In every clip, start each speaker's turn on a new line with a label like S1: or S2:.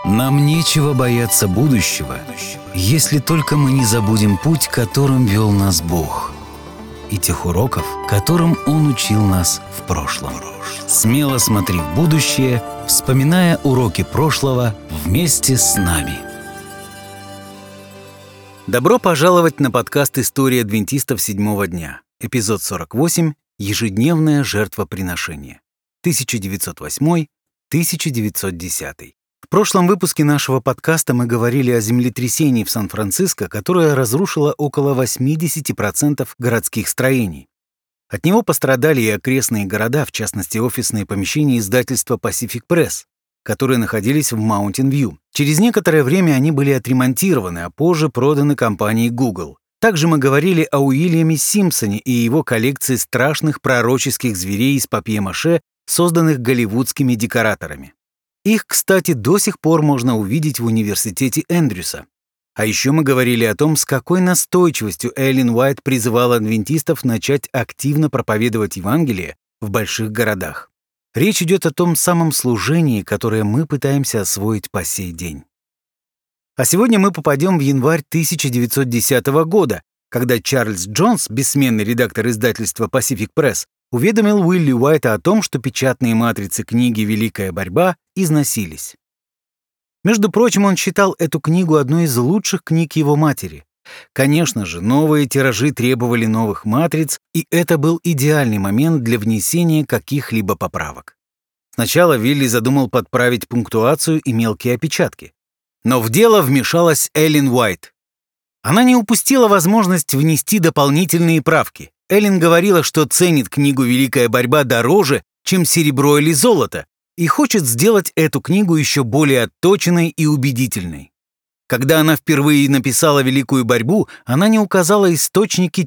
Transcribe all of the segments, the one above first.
S1: Нам нечего бояться будущего, если только мы не забудем путь, которым вел нас Бог, и тех уроков, которым Он учил нас в прошлом. Смело смотри в будущее, вспоминая уроки прошлого вместе с нами. Добро пожаловать на подкаст «История адвентистов седьмого дня», эпизод 48 «Ежедневное жертвоприношение», 1908-1910. В прошлом выпуске нашего подкаста мы говорили о землетрясении в Сан-Франциско, которое разрушило около 80% городских строений. От него пострадали и окрестные города, в частности, офисные помещения издательства Pacific Press, которые находились в Маунтин-Вью. Через некоторое время они были отремонтированы, а позже проданы компанией Google. Также мы говорили о Уильяме Симпсоне и его коллекции страшных пророческих зверей из папье-маше, созданных голливудскими декораторами. Их, кстати, до сих пор можно увидеть в университете Эндрюса. А еще мы говорили о том, с какой настойчивостью Эллен Уайт призывала адвентистов начать активно проповедовать Евангелие в больших городах. Речь идет о том самом служении, которое мы пытаемся освоить по сей день. А сегодня мы попадем в январь 1910 года, когда Чарльз Джонс, бессменный редактор издательства Pacific Press, уведомил Уилли Уайта о том, что печатные матрицы книги «Великая борьба» износились. Между прочим, он считал эту книгу одной из лучших книг его матери. Конечно же, новые тиражи требовали новых матриц, и это был идеальный момент для внесения каких-либо поправок. Сначала Вилли задумал подправить пунктуацию и мелкие опечатки. Но в дело вмешалась Эллен Уайт. Она не упустила возможность внести дополнительные правки. Эллен говорила, что ценит книгу «Великая борьба» дороже, чем серебро или золото, и хочет сделать эту книгу еще более отточенной и убедительной. Когда она впервые написала «Великую борьбу», она не указала источники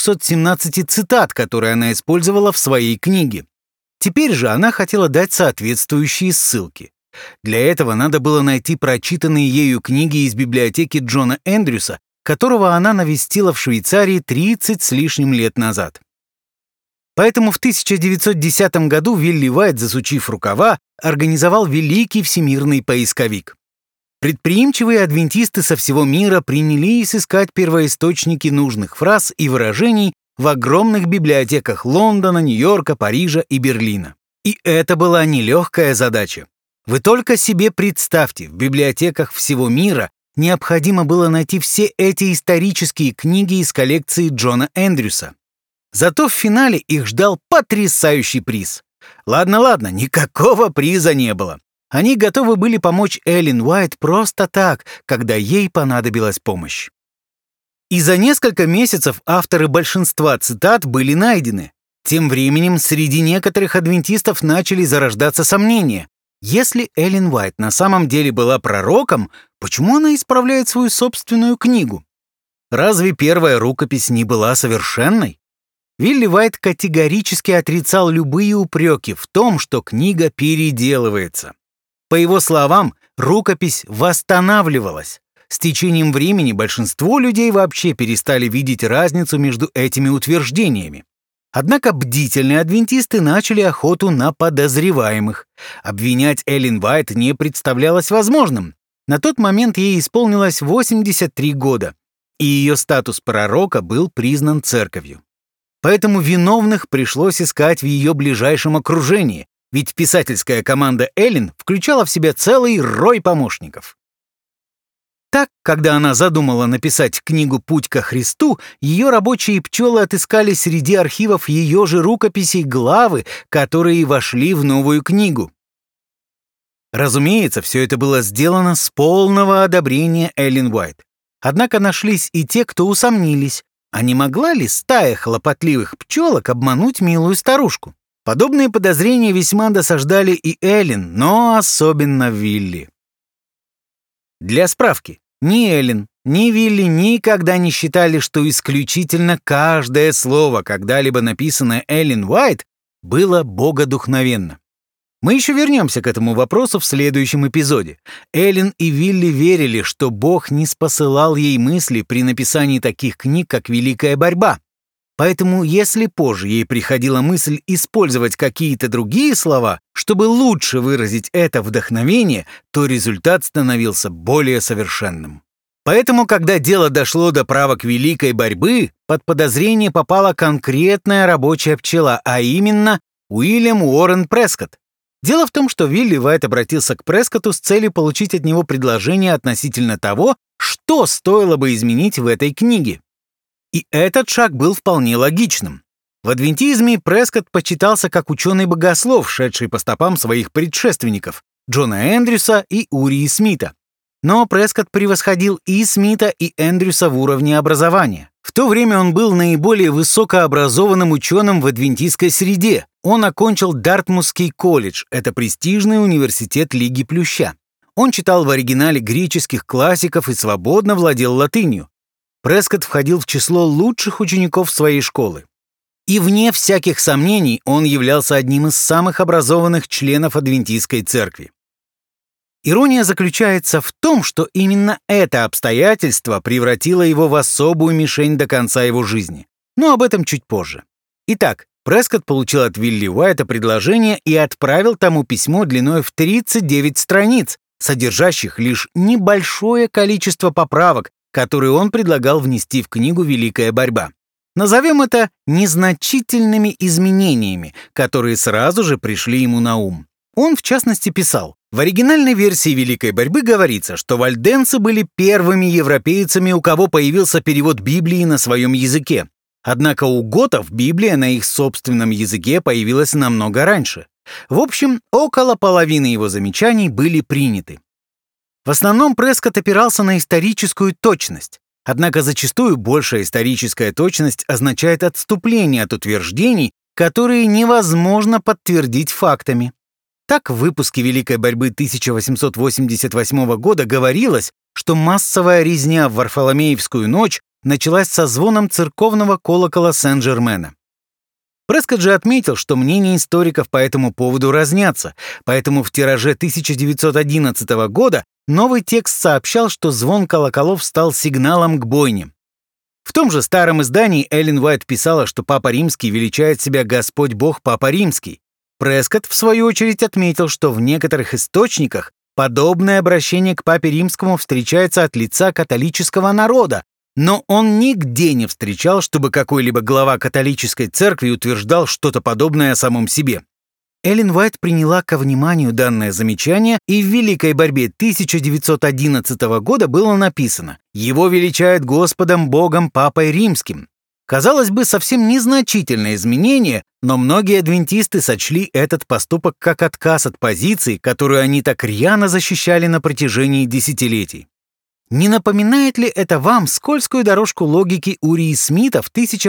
S1: 417 цитат, которые она использовала в своей книге. Теперь же она хотела дать соответствующие ссылки. Для этого надо было найти прочитанные ею книги из библиотеки Джона Эндрюса, которого она навестила в Швейцарии 30 с лишним лет назад. Поэтому в 1910 году Вилли Уайт, засучив рукава, организовал великий всемирный поисковик. Предприимчивые адвентисты со всего мира принялись искать первоисточники нужных фраз и выражений в огромных библиотеках Лондона, Нью-Йорка, Парижа и Берлина. И это была нелегкая задача. Вы только себе представьте, в библиотеках всего мира необходимо было найти все эти исторические книги из коллекции Джона Эндрюса. Зато в финале их ждал потрясающий приз. Ладно, никакого приза не было. Они готовы были помочь Эллен Уайт просто так, когда ей понадобилась помощь. И за несколько месяцев авторы большинства цитат были найдены. Тем временем среди некоторых адвентистов начали зарождаться сомнения. Если Эллен Уайт на самом деле была пророком, почему она исправляет свою собственную книгу? Разве первая рукопись не была совершенной? Вилли Уайт категорически отрицал любые упреки в том, что книга переделывается. По его словам, рукопись восстанавливалась. С течением времени большинство людей вообще перестали видеть разницу между этими утверждениями. Однако бдительные адвентисты начали охоту на подозреваемых. Обвинять Эллен Уайт не представлялось возможным. На тот момент ей исполнилось 83 года, и ее статус пророка был признан церковью. Поэтому виновных пришлось искать в ее ближайшем окружении, ведь писательская команда Эллен включала в себя целый рой помощников. Так, когда она задумала написать книгу «Путь ко Христу», ее рабочие пчелы отыскали среди архивов ее же рукописей главы, которые вошли в новую книгу. Разумеется, все это было сделано с полного одобрения Эллен Уайт. Однако нашлись и те, кто усомнились, а не могла ли стая хлопотливых пчелок обмануть милую старушку? Подобные подозрения весьма досаждали и Эллен, но особенно Вилли. Для справки, ни Эллен, ни Вилли никогда не считали, что исключительно каждое слово, когда-либо написанное Эллен Уайт, было богодухновенно. Мы еще вернемся к этому вопросу в следующем эпизоде. Эллен и Вилли верили, что Бог не спосылал ей мысли при написании таких книг, как «Великая борьба». Поэтому, если позже ей приходила мысль использовать какие-то другие слова, чтобы лучше выразить это вдохновение, то результат становился более совершенным. Поэтому, когда дело дошло до правок великой борьбы, под подозрение попала конкретная рабочая пчела, а именно Уильям Уоррен Прескотт. Дело в том, что Вилли Уайт обратился к Прескотту с целью получить от него предложение относительно того, что стоило бы изменить в этой книге. И этот шаг был вполне логичным. В адвентизме Прескотт почитался как ученый-богослов, шедший по стопам своих предшественников Джона Эндрюса и Урии Смита. Но Прескотт превосходил и Смита, и Эндрюса в уровне образования. В то время он был наиболее высокообразованным ученым в адвентистской среде. Он окончил Дартмутский колледж, это престижный университет Лиги Плюща. Он читал в оригинале греческих классиков и свободно владел латынью. Прескотт входил в число лучших учеников своей школы. И вне всяких сомнений он являлся одним из самых образованных членов адвентистской церкви. Ирония заключается в том, что именно это обстоятельство превратило его в особую мишень до конца его жизни. Но об этом чуть позже. Итак, Прескотт получил от Вилли Уайта предложение и отправил тому письмо длиной в 39 страниц, содержащих лишь небольшое количество поправок, которые он предлагал внести в книгу «Великая борьба». Назовем это незначительными изменениями, которые сразу же пришли ему на ум. Он, в частности, писал: в оригинальной версии «Великой борьбы» говорится, что вальденцы были первыми европейцами, у кого появился перевод Библии на своем языке. Однако у готов Библия на их собственном языке появилась намного раньше. В общем, около половины его замечаний были приняты. В основном Прескотт опирался на историческую точность. Однако зачастую большая историческая точность означает отступление от утверждений, которые невозможно подтвердить фактами. Так, в выпуске «Великой борьбы» 1888 года говорилось, что массовая резня в Варфоломеевскую ночь началась со звоном церковного колокола Сен-Жермена. Прескотт же отметил, что мнения историков по этому поводу разнятся, поэтому в тираже 1911 года новый текст сообщал, что звон колоколов стал сигналом к бойне. В том же старом издании Эллен Уайт писала, что Папа Римский величает себя Господь Бог Папа Римский. Прескотт, в свою очередь, отметил, что в некоторых источниках подобное обращение к Папе Римскому встречается от лица католического народа, но он нигде не встречал, чтобы какой-либо глава католической церкви утверждал что-то подобное о самом себе. Эллен Уайт приняла ко вниманию данное замечание, и в «Великой борьбе» 1911 года было написано: «Его величает Господом Богом Папой Римским». Казалось бы, совсем незначительное изменение, но многие адвентисты сочли этот поступок как отказ от позиции, которую они так рьяно защищали на протяжении десятилетий. Не напоминает ли это вам скользкую дорожку логики Урии Смита в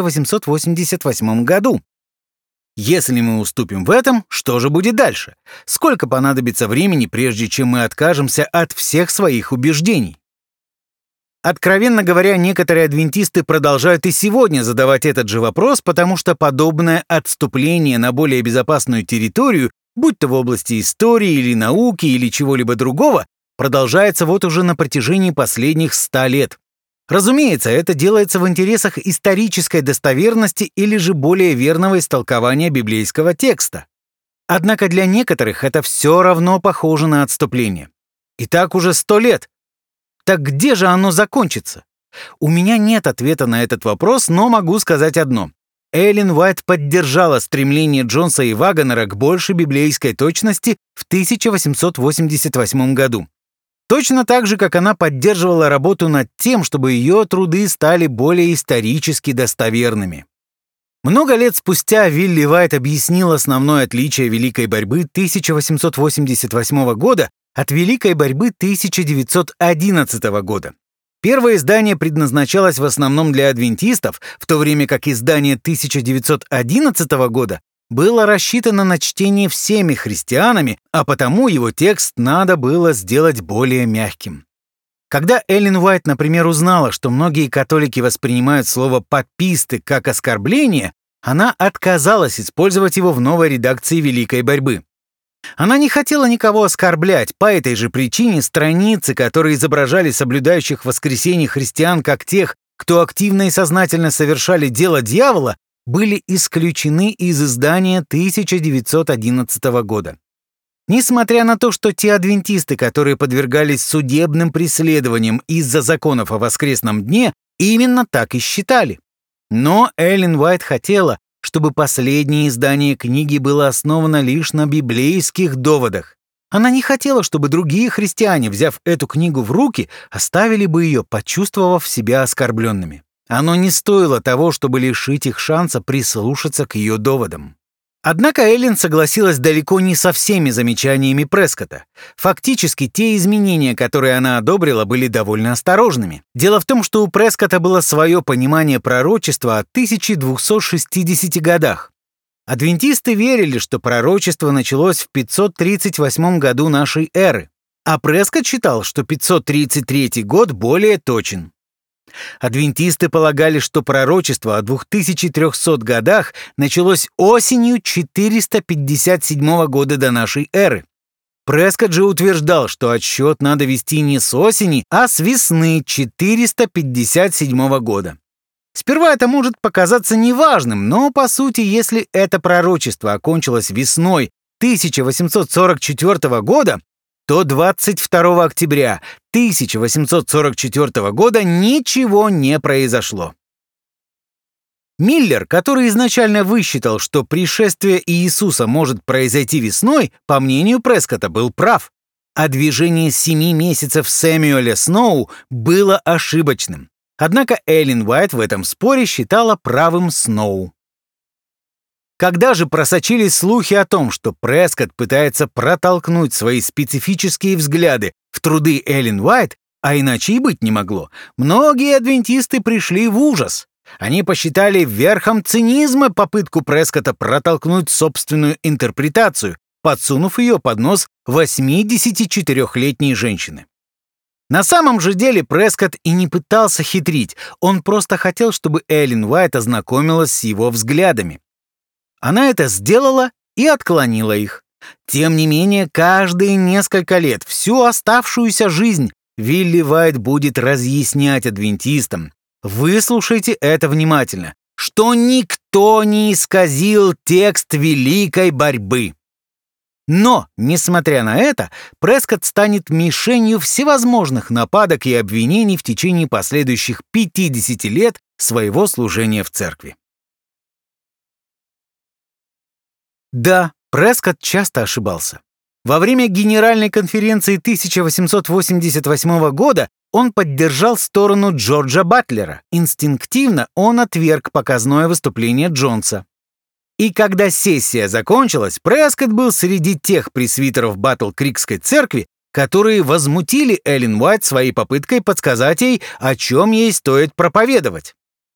S1: 1888 году? Если мы уступим в этом, что же будет дальше? Сколько понадобится времени, прежде чем мы откажемся от всех своих убеждений? Откровенно говоря, некоторые адвентисты продолжают и сегодня задавать этот же вопрос, потому что подобное отступление на более безопасную территорию, будь то в области истории или науки или чего-либо другого, продолжается вот уже на протяжении последних 100 лет. Разумеется, это делается в интересах исторической достоверности или же более верного истолкования библейского текста. Однако для некоторых это все равно похоже на отступление. И так уже 100 лет. Так где же оно закончится? У меня нет ответа на этот вопрос, но могу сказать одно. Эллен Уайт поддержала стремление Джонса и Вагонера к большей библейской точности в 1888 году. Точно так же, как она поддерживала работу над тем, чтобы ее труды стали более исторически достоверными. Много лет спустя Вилли Уайт объяснил основное отличие Великой борьбы 1888 года от Великой борьбы 1911 года. Первое издание предназначалось в основном для адвентистов, в то время как издание 1911 года было рассчитано на чтение всеми христианами, а потому его текст надо было сделать более мягким. Когда Эллен Уайт, например, узнала, что многие католики воспринимают слово «паписты» как оскорбление, она отказалась использовать его в новой редакции Великой борьбы. Она не хотела никого оскорблять, по этой же причине страницы, которые изображали соблюдающих воскресенье христиан как тех, кто активно и сознательно совершали дело дьявола, были исключены из издания 1911 года. Несмотря на то, что те адвентисты, которые подвергались судебным преследованиям из-за законов о воскресном дне, именно так и считали. Но Эллен Уайт хотела, чтобы последнее издание книги было основано лишь на библейских доводах. Она не хотела, чтобы другие христиане, взяв эту книгу в руки, оставили бы ее, почувствовав себя оскорбленными. Оно не стоило того, чтобы лишить их шанса прислушаться к ее доводам. Однако Эллен согласилась далеко не со всеми замечаниями Прескотта. Фактически, те изменения, которые она одобрила, были довольно осторожными. Дело в том, что у Прескотта было свое понимание пророчества о 1260 годах. Адвентисты верили, что пророчество началось в 538 году нашей эры, а Прескотт считал, что 533 год более точен. Адвентисты полагали, что пророчество о 2300 годах началось осенью 457 года до нашей эры. Прескотт же утверждал, что отсчет надо вести не с осени, а с весны 457 года. Сперва это может показаться неважным, но, по сути, если это пророчество окончилось весной 1844 года, то 22 октября 1844 года ничего не произошло. Миллер, который изначально высчитал, что пришествие Иисуса может произойти весной, по мнению Прескотта, был прав, а движение 7 месяцев Сэмюэля Сноу было ошибочным. Однако Эллен Уайт в этом споре считала правым Сноу. Когда же просочились слухи о том, что Прескотт пытается протолкнуть свои специфические взгляды в труды Эллен Уайт, а иначе и быть не могло, многие адвентисты пришли в ужас. Они посчитали верхом цинизма попытку Прескотта протолкнуть собственную интерпретацию, подсунув ее под нос 84-летней женщины. На самом же деле Прескотт и не пытался хитрить, он просто хотел, чтобы Эллен Уайт ознакомилась с его взглядами. Она это сделала и отклонила их. Тем не менее, каждые несколько лет, всю оставшуюся жизнь, Вилли Уайт будет разъяснять адвентистам, выслушайте это внимательно, что никто не исказил текст великой борьбы. Но, несмотря на это, Прескотт станет мишенью всевозможных нападок и обвинений в течение последующих 50 лет своего служения в церкви. Да, Прескотт часто ошибался. Во время Генеральной конференции 1888 года он поддержал сторону Джорджа Батлера. Инстинктивно он отверг показное выступление Джонса. И когда сессия закончилась, Прескотт был среди тех пресвитеров Батл-Крикской церкви, которые возмутили Эллен Уайт своей попыткой подсказать ей, о чем ей стоит проповедовать.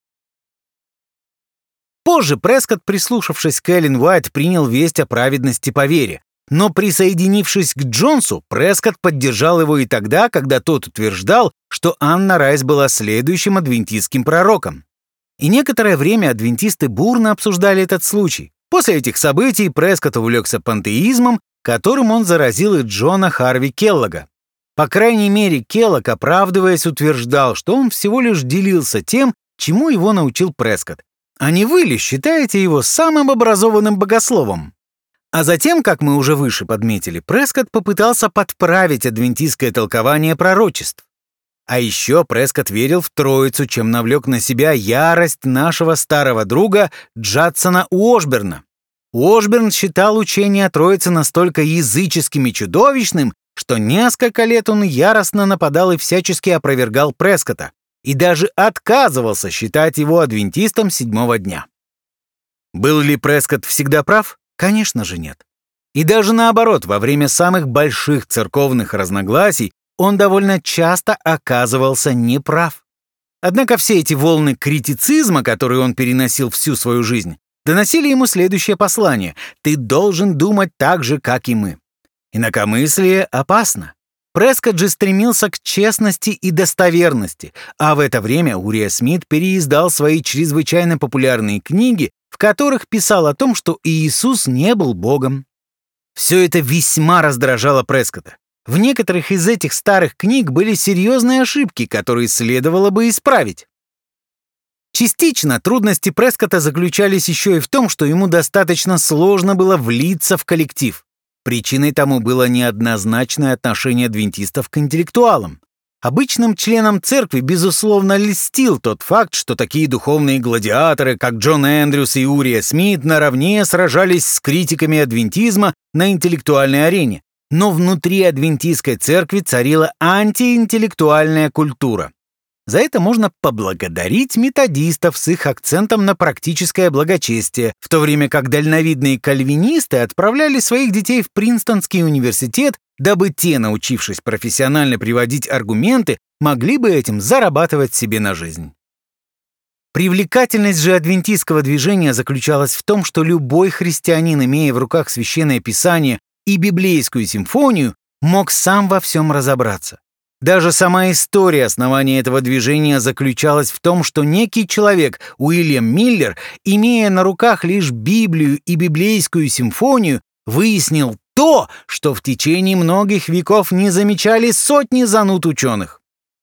S1: Позже Прескотт, прислушавшись к Эллен Уайт, принял весть о праведности по вере. Но присоединившись к Джонсу, Прескотт поддержал его и тогда, когда тот утверждал, что Анна Райс была следующим адвентистским пророком. И некоторое время адвентисты бурно обсуждали этот случай. После этих событий Прескотт увлекся пантеизмом, которым он заразил и Джона Харви Келлога. По крайней мере, Келлог, оправдываясь, утверждал, что он всего лишь делился тем, чему его научил Прескотт. А не вы ли считаете его самым образованным богословом? А затем, как мы уже выше подметили, Прескотт попытался подправить адвентистское толкование пророчеств. А еще Прескотт верил в Троицу, чем навлек на себя ярость нашего старого друга Джадсона Уошберна. Уошберн считал учение о Троице настолько языческим и чудовищным, что несколько лет он яростно нападал и всячески опровергал Прескотта, и даже отказывался считать его адвентистом седьмого дня. Был ли Прескотт всегда прав? Конечно же нет. И даже наоборот, во время самых больших церковных разногласий он довольно часто оказывался неправ. Однако все эти волны критицизма, которые он переносил всю свою жизнь, доносили ему следующее послание: «Ты должен думать так же, как и мы». Инакомыслие опасно. Прескотт же стремился к честности и достоверности, а в это время Урия Смит переиздал свои чрезвычайно популярные книги, в которых писал о том, что Иисус не был Богом. Все это весьма раздражало Прескотта. В некоторых из этих старых книг были серьезные ошибки, которые следовало бы исправить. Частично трудности Прескотта заключались еще и в том, что ему достаточно сложно было влиться в коллектив. Причиной тому было неоднозначное отношение адвентистов к интеллектуалам. Обычным членам церкви, безусловно, льстил тот факт, что такие духовные гладиаторы, как Джон Эндрюс и Урия Смит, наравне сражались с критиками адвентизма на интеллектуальной арене. Но внутри адвентистской церкви царила антиинтеллектуальная культура. За это можно поблагодарить методистов с их акцентом на практическое благочестие, в то время как дальновидные кальвинисты отправляли своих детей в Принстонский университет, дабы те, научившись профессионально приводить аргументы, могли бы этим зарабатывать себе на жизнь. Привлекательность же адвентистского движения заключалась в том, что любой христианин, имея в руках Священное Писание и библейскую симфонию, мог сам во всем разобраться. Даже сама история основания этого движения заключалась в том, что некий человек, Уильям Миллер, имея на руках лишь Библию и библейскую симфонию, выяснил то, что в течение многих веков не замечали сотни зануд ученых.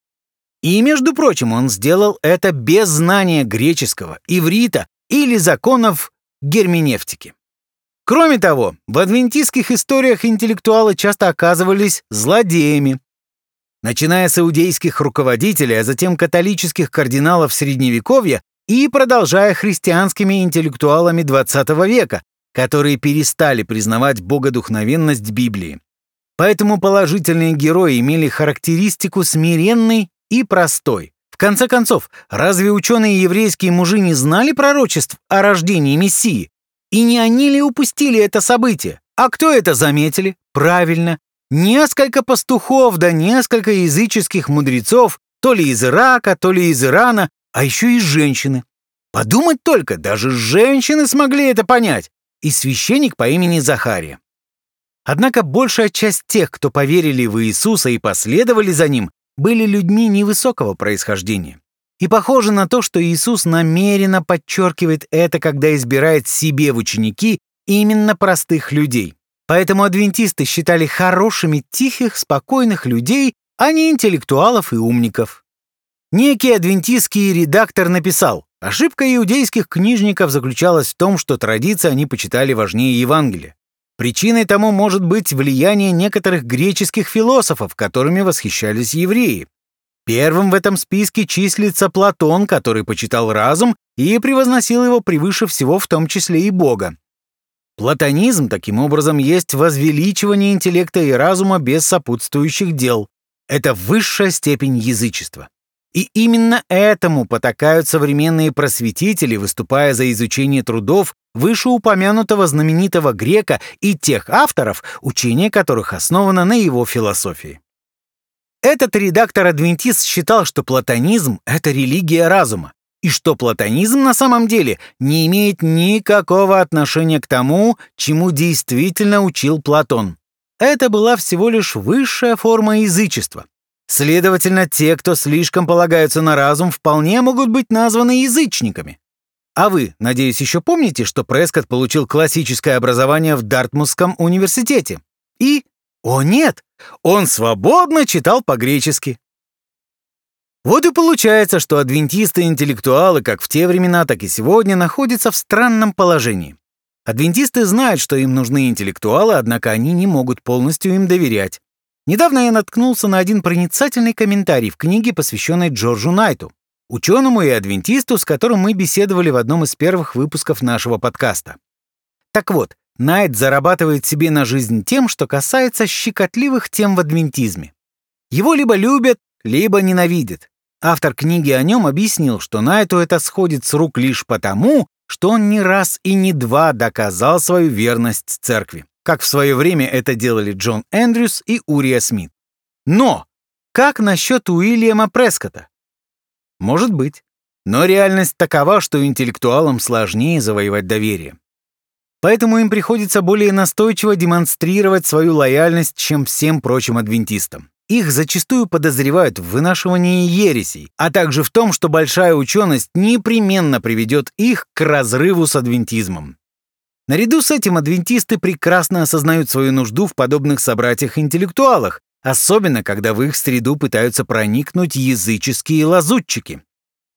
S1: И, между прочим, он сделал это без знания греческого, иврита или законов герменевтики. Кроме того, в адвентистских историях интеллектуалы часто оказывались злодеями. Начиная с иудейских руководителей, а затем католических кардиналов Средневековья и продолжая христианскими интеллектуалами XX века, которые перестали признавать богодухновенность Библии. Поэтому положительные герои имели характеристику смиренной и простой. В конце концов, разве ученые еврейские мужи не знали пророчеств о рождении Мессии? И не они ли упустили это событие? А кто это заметили? Правильно. Несколько пастухов, да несколько языческих мудрецов, то ли из Ирака, то ли из Ирана, а еще и женщины. Подумать только, даже женщины смогли это понять. И священник по имени Захария. Однако большая часть тех, кто поверили в Иисуса и последовали за ним, были людьми невысокого происхождения. И похоже на то, что Иисус намеренно подчеркивает это, когда избирает себе в ученики именно простых людей. Поэтому адвентисты считали хорошими тихих, спокойных людей, а не интеллектуалов и умников. Некий адвентистский редактор написал: ошибка иудейских книжников заключалась в том, что традиции они почитали важнее Евангелия. Причиной тому может быть влияние некоторых греческих философов, которыми восхищались евреи. Первым в этом списке числится Платон, который почитал разум и превозносил его превыше всего, в том числе и Бога. Платонизм, таким образом, есть возвеличивание интеллекта и разума без сопутствующих дел. Это высшая степень язычества. И именно этому потакают современные просветители, выступая за изучение трудов вышеупомянутого знаменитого грека и тех авторов, учение которых основано на его философии. Этот редактор-адвентист считал, что платонизм — это религия разума, и что платонизм на самом деле не имеет никакого отношения к тому, чему действительно учил Платон. Это была всего лишь высшая форма язычества. Следовательно, те, кто слишком полагаются на разум, вполне могут быть названы язычниками. А вы, надеюсь, еще помните, что Прескотт получил классическое образование в Дартмутском университете? И, о нет, он свободно читал по-гречески. Вот и получается, что адвентисты-интеллектуалы как в те времена, так и сегодня находятся в странном положении. Адвентисты знают, что им нужны интеллектуалы, однако они не могут полностью им доверять. Недавно я наткнулся на один проницательный комментарий в книге, посвященной Джорджу Найту, ученому и адвентисту, с которым мы беседовали в одном из первых выпусков нашего подкаста. Так вот, Найт зарабатывает себе на жизнь тем, что касается щекотливых тем в адвентизме. Его либо любят, либо ненавидят. Автор книги о нем объяснил, что Найту это сходит с рук лишь потому, что он не раз и не два доказал свою верность церкви, как в свое время это делали Джон Эндрюс и Урия Смит. Но как насчет Уильяма Прескотта? Может быть, но реальность такова, что интеллектуалам сложнее завоевать доверие. Поэтому им приходится более настойчиво демонстрировать свою лояльность, чем всем прочим адвентистам. Их зачастую подозревают в вынашивании ересей, а также в том, что большая ученость непременно приведет их к разрыву с адвентизмом. Наряду с этим адвентисты прекрасно осознают свою нужду в подобных собратьях-интеллектуалах, особенно когда в их среду пытаются проникнуть языческие лазутчики.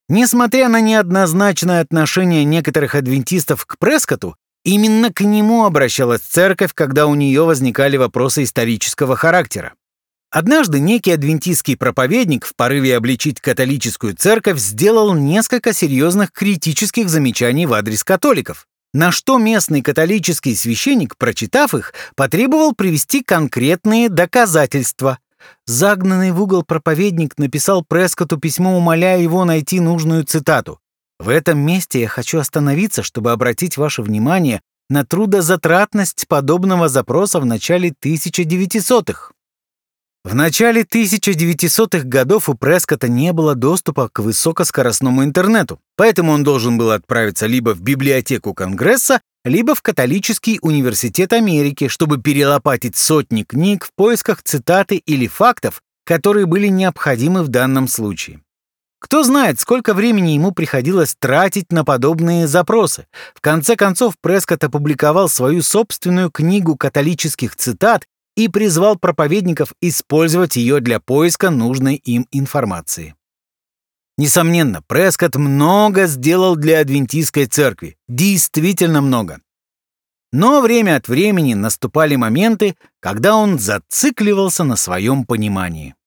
S1: Несмотря на неоднозначное отношение некоторых адвентистов к Прескотту, именно к нему обращалась церковь, когда у нее возникали вопросы исторического характера. Однажды некий адвентистский проповедник в порыве обличить католическую церковь сделал несколько серьезных критических замечаний в адрес католиков, на что местный католический священник, прочитав их, потребовал привести конкретные доказательства. Загнанный в угол проповедник написал Прескотту письмо, умоляя его найти нужную цитату. В этом месте я хочу остановиться, чтобы обратить ваше внимание на трудозатратность подобного запроса в начале 1900-х. В начале 1900-х годов у Прескотта не было доступа к высокоскоростному интернету, поэтому он должен был отправиться либо в библиотеку Конгресса, либо в Католический университет Америки, чтобы перелопатить сотни книг в поисках цитаты или фактов, которые были необходимы в данном случае. Кто знает, сколько времени ему приходилось тратить на подобные запросы. В конце концов, Прескотт опубликовал свою собственную книгу католических цитат и призвал проповедников использовать ее для поиска нужной им информации. Несомненно, Прескотт много сделал для адвентистской церкви, действительно много. Но время от времени наступали моменты, когда он зацикливался на своем понимании.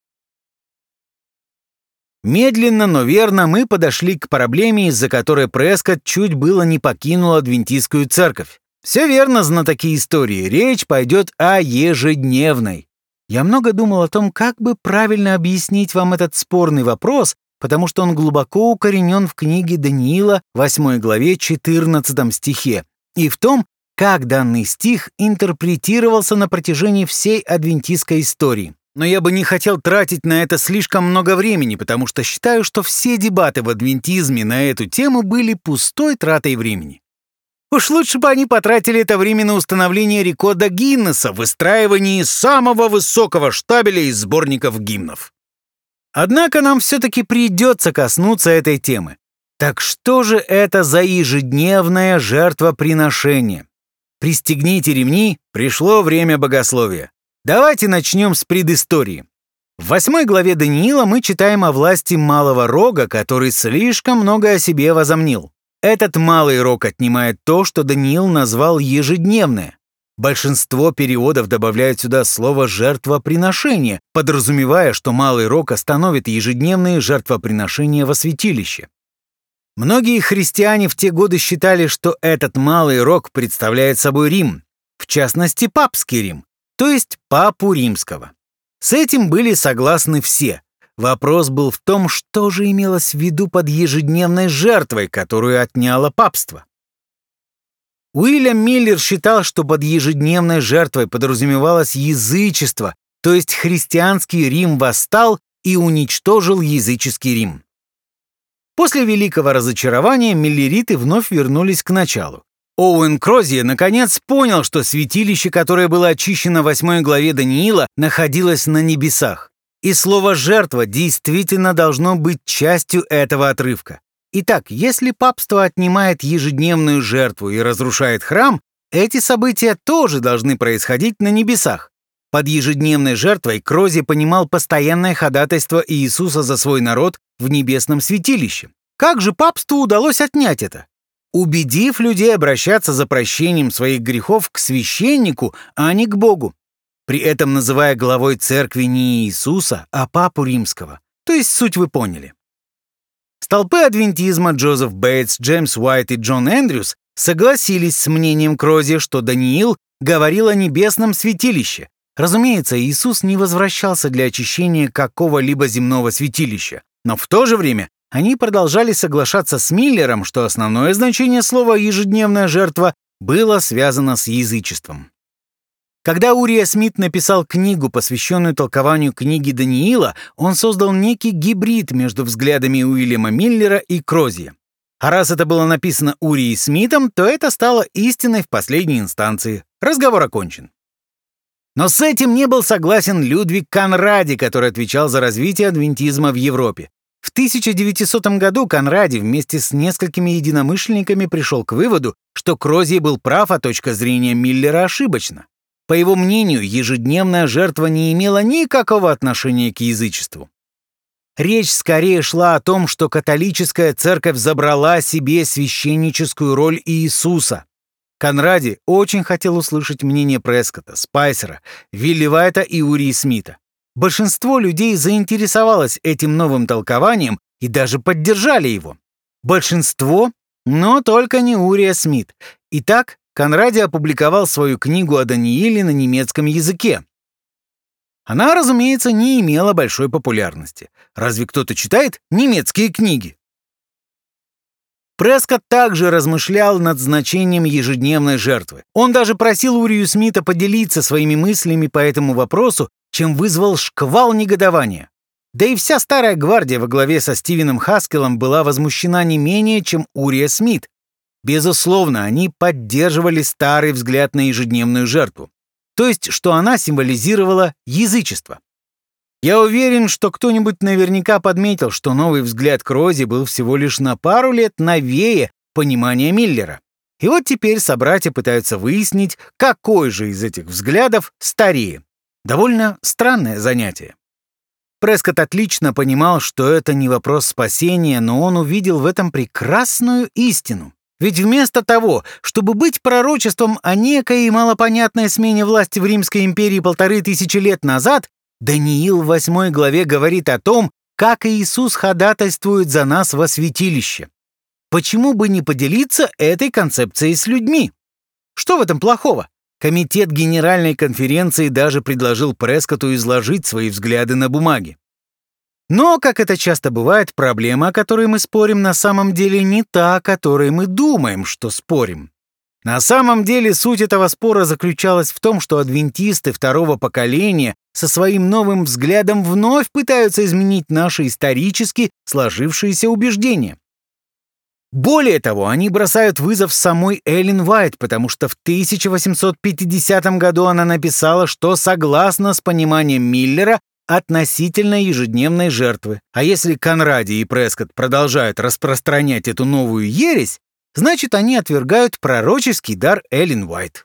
S1: Медленно, но верно мы подошли к проблеме, из-за которой Прескотт чуть было не покинул адвентистскую церковь. Все верно, знатоки истории, речь пойдет о ежедневной. Я много думал о том, как бы правильно объяснить вам этот спорный вопрос, потому что он глубоко укоренен в книге Даниила, 8 главе, 14 стихе, и в том, как данный стих интерпретировался на протяжении всей адвентистской истории. Но я бы не хотел тратить на это слишком много времени, потому что считаю, что все дебаты в адвентизме на эту тему были пустой тратой времени. Уж лучше бы они потратили это время на установление рекорда Гиннесса в выстраивании самого высокого штабеля из сборников гимнов. Однако нам все-таки придется коснуться этой темы. Так что же это за ежедневное жертвоприношение? Пристегните ремни, пришло время богословия. Давайте начнем с предыстории. В 8 главе Даниила мы читаем о власти малого рога, который слишком много о себе возомнил. Этот малый рог отнимает то, что Даниил назвал ежедневное. Большинство переводов добавляют сюда слово «жертвоприношение», подразумевая, что малый рог остановит ежедневные жертвоприношения во святилище. Многие христиане в те годы считали, что этот малый рог представляет собой Рим, в частности, папский Рим, то есть папу римского. С этим были согласны все. Вопрос был в том, что же имелось в виду под ежедневной жертвой, которую отняло папство. Уильям Миллер считал, что под ежедневной жертвой подразумевалось язычество, то есть христианский Рим восстал и уничтожил языческий Рим. После великого разочарования миллериты вновь вернулись к началу. Оуэн Крозье наконец понял, что святилище, которое было очищено в 8 главе Даниила, находилось на небесах. И слово «жертва» действительно должно быть частью этого отрывка. Итак, если папство отнимает ежедневную жертву и разрушает храм, эти события тоже должны происходить на небесах. Под ежедневной жертвой Крозье понимал постоянное ходатайство Иисуса за свой народ в небесном святилище. Как же папству удалось отнять это? Убедив людей обращаться за прощением своих грехов к священнику, а не к Богу. При этом называя главой церкви не Иисуса, а папу римского. То есть суть вы поняли. Столпы адвентизма Джозеф Бейтс, Джеймс Уайт и Джон Эндрюс согласились с мнением Крозье, что Даниил говорил о небесном святилище. Разумеется, Иисус не возвращался для очищения какого-либо земного святилища, но в то же время они продолжали соглашаться с Миллером, что основное значение слова «ежедневная жертва» было связано с язычеством. Когда Урия Смит написал книгу, посвященную толкованию книги Даниила, он создал некий гибрид между взглядами Уильяма Миллера и Крозье. А раз это было написано Урией Смитом, то это стало истиной в последней инстанции. Разговор окончен. Но с этим не был согласен Людвиг Конради, который отвечал за развитие адвентизма в Европе. В 1900 году Конради вместе с несколькими единомышленниками пришел к выводу, что Крозье был прав, а точка зрения Миллера ошибочна. По его мнению, ежедневная жертва не имела никакого отношения к язычеству. Речь скорее шла о том, что католическая церковь забрала себе священническую роль Иисуса. Конради очень хотел услышать мнение Прескотта, Спайсера, Вилли Вайта и Урии Смита. Большинство людей заинтересовалось этим новым толкованием и даже поддержали его. Большинство, но только не Урия Смит. Итак, Конради опубликовал свою книгу о Данииле на немецком языке. Она, разумеется, не имела большой популярности. Разве кто-то читает немецкие книги? Прескотт также размышлял над значением ежедневной жертвы. Он даже просил Урию Смита поделиться своими мыслями по этому вопросу, чем вызвал шквал негодования. Да и вся старая гвардия во главе со Стивеном Хаскелом была возмущена не менее, чем Урия Смит. Безусловно, они поддерживали старый взгляд на ежедневную жертву, то есть, что она символизировала язычество. Я уверен, что кто-нибудь наверняка подметил, что новый взгляд к Розе был всего лишь на пару лет новее понимания Миллера. И вот теперь собратья пытаются выяснить, какой же из этих взглядов старее. Довольно странное занятие. Прескотт отлично понимал, что это не вопрос спасения, но он увидел в этом прекрасную истину. Ведь вместо того, чтобы быть пророчеством о некой малопонятной смене власти в Римской империи 1500 лет назад, Даниил в 8 главе говорит о том, как Иисус ходатайствует за нас во святилище. Почему бы не поделиться этой концепцией с людьми? Что в этом плохого? Комитет Генеральной конференции даже предложил Прескотту изложить свои взгляды на бумаге. Но, как это часто бывает, проблема, о которой мы спорим, на самом деле не та, о которой мы думаем, что спорим. На самом деле суть этого спора заключалась в том, что адвентисты второго поколения со своим новым взглядом вновь пытаются изменить наши исторически сложившиеся убеждения. Более того, они бросают вызов самой Эллен Уайт, потому что в 1850 году она написала, что согласна с пониманием Миллера относительно ежедневной жертвы. А если Конради и Прескотт продолжают распространять эту новую ересь, значит, они отвергают пророческий дар Эллен Уайт.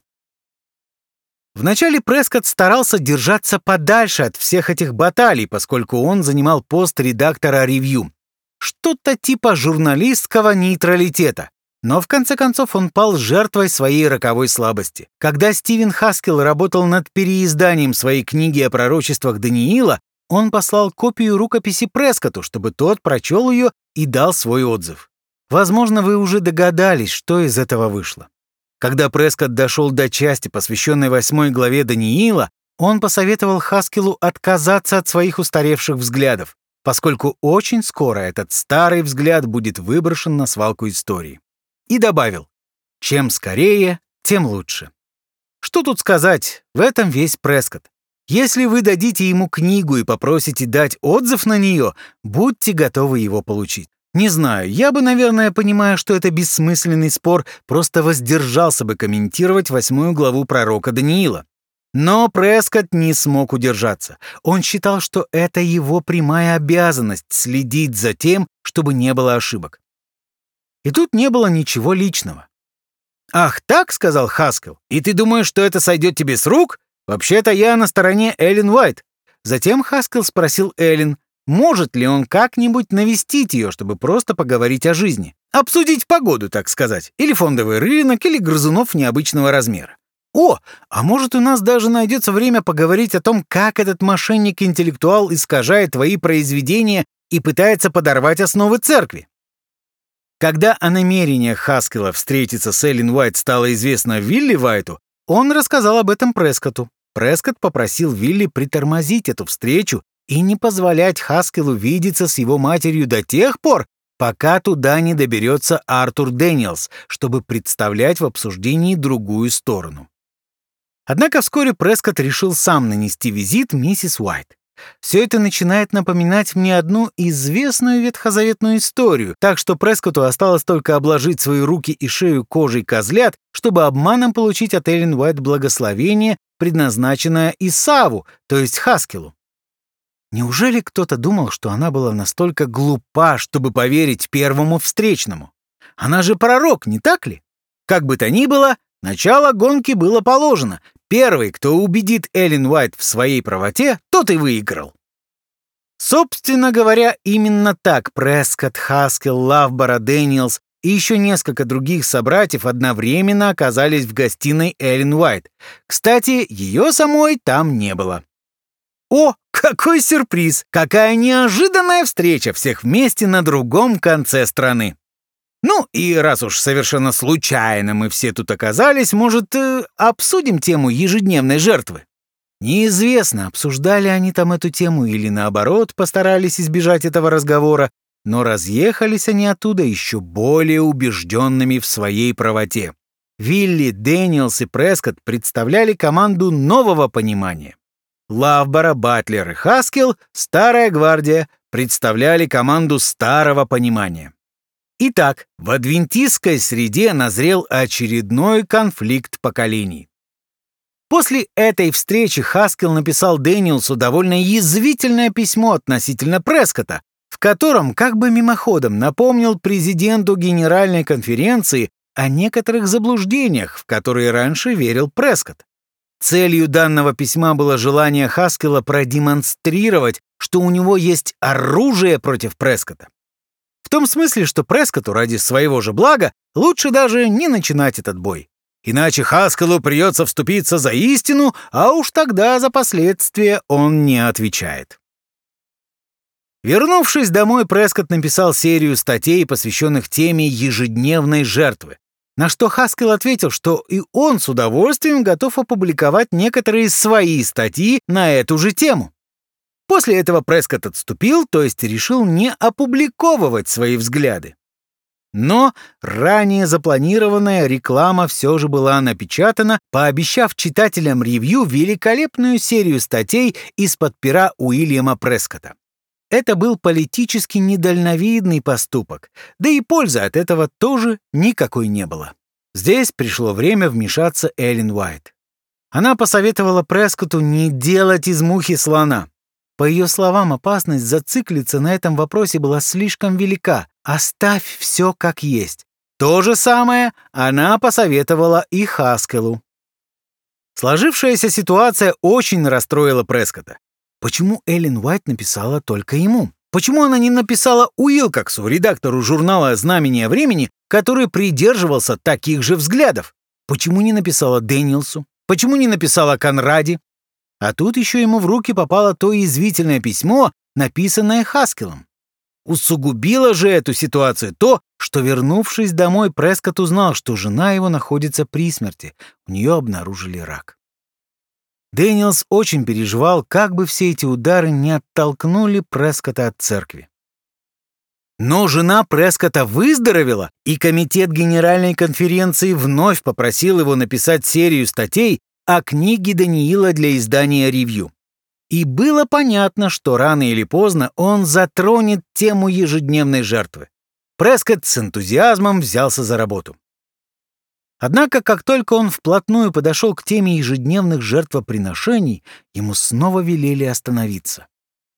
S1: Вначале Прескотт старался держаться подальше от всех этих баталий, поскольку он занимал пост редактора ревью. Что-то типа журналистского нейтралитета. Но в конце концов он пал жертвой своей роковой слабости. Когда Стивен Хаскел работал над переизданием своей книги о пророчествах Даниила, он послал копию рукописи Прескотту, чтобы тот прочел ее и дал свой отзыв. Возможно, вы уже догадались, что из этого вышло. Когда Прескотт дошел до части, посвященной 8 главе Даниила, он посоветовал Хаскелу отказаться от своих устаревших взглядов, поскольку очень скоро этот старый взгляд будет выброшен на свалку истории. И добавил: чем скорее, тем лучше. Что тут сказать, в этом весь Прескотт. Если вы дадите ему книгу и попросите дать отзыв на нее, будьте готовы его получить. Не знаю, я бы, наверное, понимая, что это бессмысленный спор, просто воздержался бы комментировать 8 главу пророка Даниила. Но Прескотт не смог удержаться. Он считал, что это его прямая обязанность следить за тем, чтобы не было ошибок. И тут не было ничего личного. «Ах так», — сказал Хаскел, — «и ты думаешь, что это сойдет тебе с рук? Вообще-то я на стороне Эллен Уайт». Затем Хаскел спросил Эллен, может ли он как-нибудь навестить ее, чтобы просто поговорить о жизни. Обсудить погоду, так сказать, или фондовый рынок, или грызунов необычного размера. О, а может, у нас даже найдется время поговорить о том, как этот мошенник-интеллектуал искажает твои произведения и пытается подорвать основы церкви. Когда о намерениях Хаскела встретиться с Эллен Уайт стало известно Вилли Вайту, он рассказал об этом Прескотту. Прескотт попросил Вилли притормозить эту встречу и не позволять Хаскелу видеться с его матерью до тех пор, пока туда не доберется Артур Дэниелс, чтобы представлять в обсуждении другую сторону. Однако вскоре Прескотт решил сам нанести визит миссис Уайт. Все это начинает напоминать мне одну известную ветхозаветную историю, так что Прескотту осталось только обложить свои руки и шею кожей козлят, чтобы обманом получить от Эллен Уайт благословение, предназначенное Исаву, то есть Хаскелу. Неужели кто-то думал, что она была настолько глупа, чтобы поверить первому встречному? Она же пророк, не так ли? Как бы то ни было, начало гонки было положено. Первый, кто убедит Эллен Уайт в своей правоте, тот и выиграл. Собственно говоря, именно так Прескотт, Хаскел, Лавбора, Дэниелс и еще несколько других собратьев одновременно оказались в гостиной Эллен Уайт. Кстати, ее самой там не было. О, какой сюрприз! Какая неожиданная встреча всех вместе на другом конце страны! Ну и раз уж совершенно случайно мы все тут оказались, может, обсудим тему ежедневной жертвы? Неизвестно, обсуждали они там эту тему или наоборот постарались избежать этого разговора, но разъехались они оттуда еще более убежденными в своей правоте. Вилли, Дэниелс и Прескотт представляли команду нового понимания. Лавбора, Батлер и Хаскел, старая гвардия, представляли команду старого понимания. Итак, в адвентистской среде назрел очередной конфликт поколений. После этой встречи Хаскел написал Дэниелсу довольно язвительное письмо относительно Прескотта, в котором как бы мимоходом напомнил президенту Генеральной конференции о некоторых заблуждениях, в которые раньше верил Прескотт. Целью данного письма было желание Хаскела продемонстрировать, что у него есть оружие против Прескотта. В том смысле, что Прескотту ради своего же блага лучше даже не начинать этот бой. Иначе Хаскелу придется вступиться за истину, а уж тогда за последствия он не отвечает. Вернувшись домой, Прескотт написал серию статей, посвященных теме ежедневной жертвы, на что Хаскел ответил, что и он с удовольствием готов опубликовать некоторые свои статьи на эту же тему. После этого Прескотт отступил, то есть решил не опубликовывать свои взгляды. Но ранее запланированная реклама все же была напечатана, пообещав читателям ревью великолепную серию статей из-под пера Уильяма Прескотта. Это был политически недальновидный поступок, да и пользы от этого тоже никакой не было. Здесь пришло время вмешаться Эллен Уайт. Она посоветовала Прескотту не делать из мухи слона. По ее словам, опасность зациклиться на этом вопросе была слишком велика. Оставь все как есть. То же самое она посоветовала и Хаскелу. Сложившаяся ситуация очень расстроила Прескотта. Почему Эллен Уайт написала только ему? Почему она не написала Уилкоксу, редактору журнала «Знамение времени», который придерживался таких же взглядов? Почему не написала Дэниелсу? Почему не написала Конраде? А тут еще ему в руки попало то язвительное письмо, написанное Хаскелом. Усугубило же эту ситуацию то, что, вернувшись домой, Прескотт узнал, что жена его находится при смерти, у нее обнаружили рак. Дэниелс очень переживал, как бы все эти удары не оттолкнули Прескотта от церкви. Но жена Прескотта выздоровела, и комитет Генеральной конференции вновь попросил его написать серию статей о книге Даниила для издания «Ревью». И было понятно, что рано или поздно он затронет тему ежедневной жертвы. Прескотт с энтузиазмом взялся за работу. Однако, как только он вплотную подошел к теме ежедневных жертвоприношений, ему снова велели остановиться.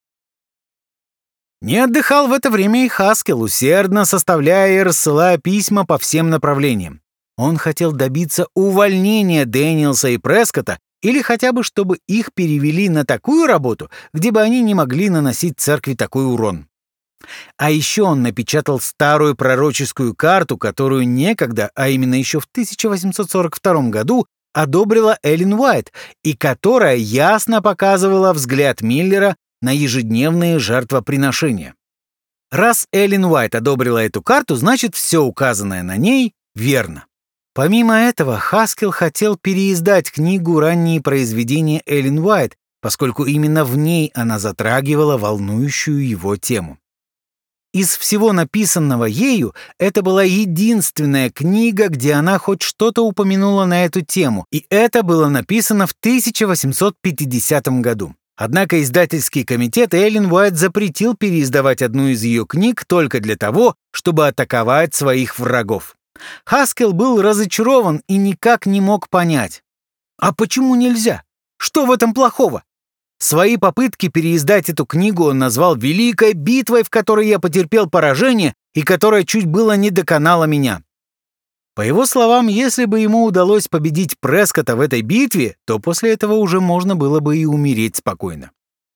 S1: Не отдыхал в это время и Хаскел, усердно составляя и рассылая письма по всем направлениям. Он хотел добиться увольнения Дэниелса и Прескотта или хотя бы, чтобы их перевели на такую работу, где бы они не могли наносить церкви такой урон. А еще он напечатал старую пророческую карту, которую некогда, а именно еще в 1842 году, одобрила Эллен Уайт, и которая ясно показывала взгляд Миллера на ежедневные жертвоприношения. Раз Эллен Уайт одобрила эту карту, значит, все указанное на ней верно. Помимо этого, Хаскел хотел переиздать книгу «Ранние произведения Эллен Уайт», поскольку именно в ней она затрагивала волнующую его тему. Из всего написанного ею, это была единственная книга, где она хоть что-то упомянула на эту тему, и это было написано в 1850 году. Однако издательский комитет Эллен Уайт запретил переиздавать одну из ее книг только для того, чтобы атаковать своих врагов. Хаскел был разочарован и никак не мог понять. А почему нельзя? Что в этом плохого? Свои попытки переиздать эту книгу он назвал «Великой битвой, в которой я потерпел поражение и которая чуть было не доконала меня». По его словам, если бы ему удалось победить Прескотта в этой битве, то после этого уже можно было бы и умереть спокойно.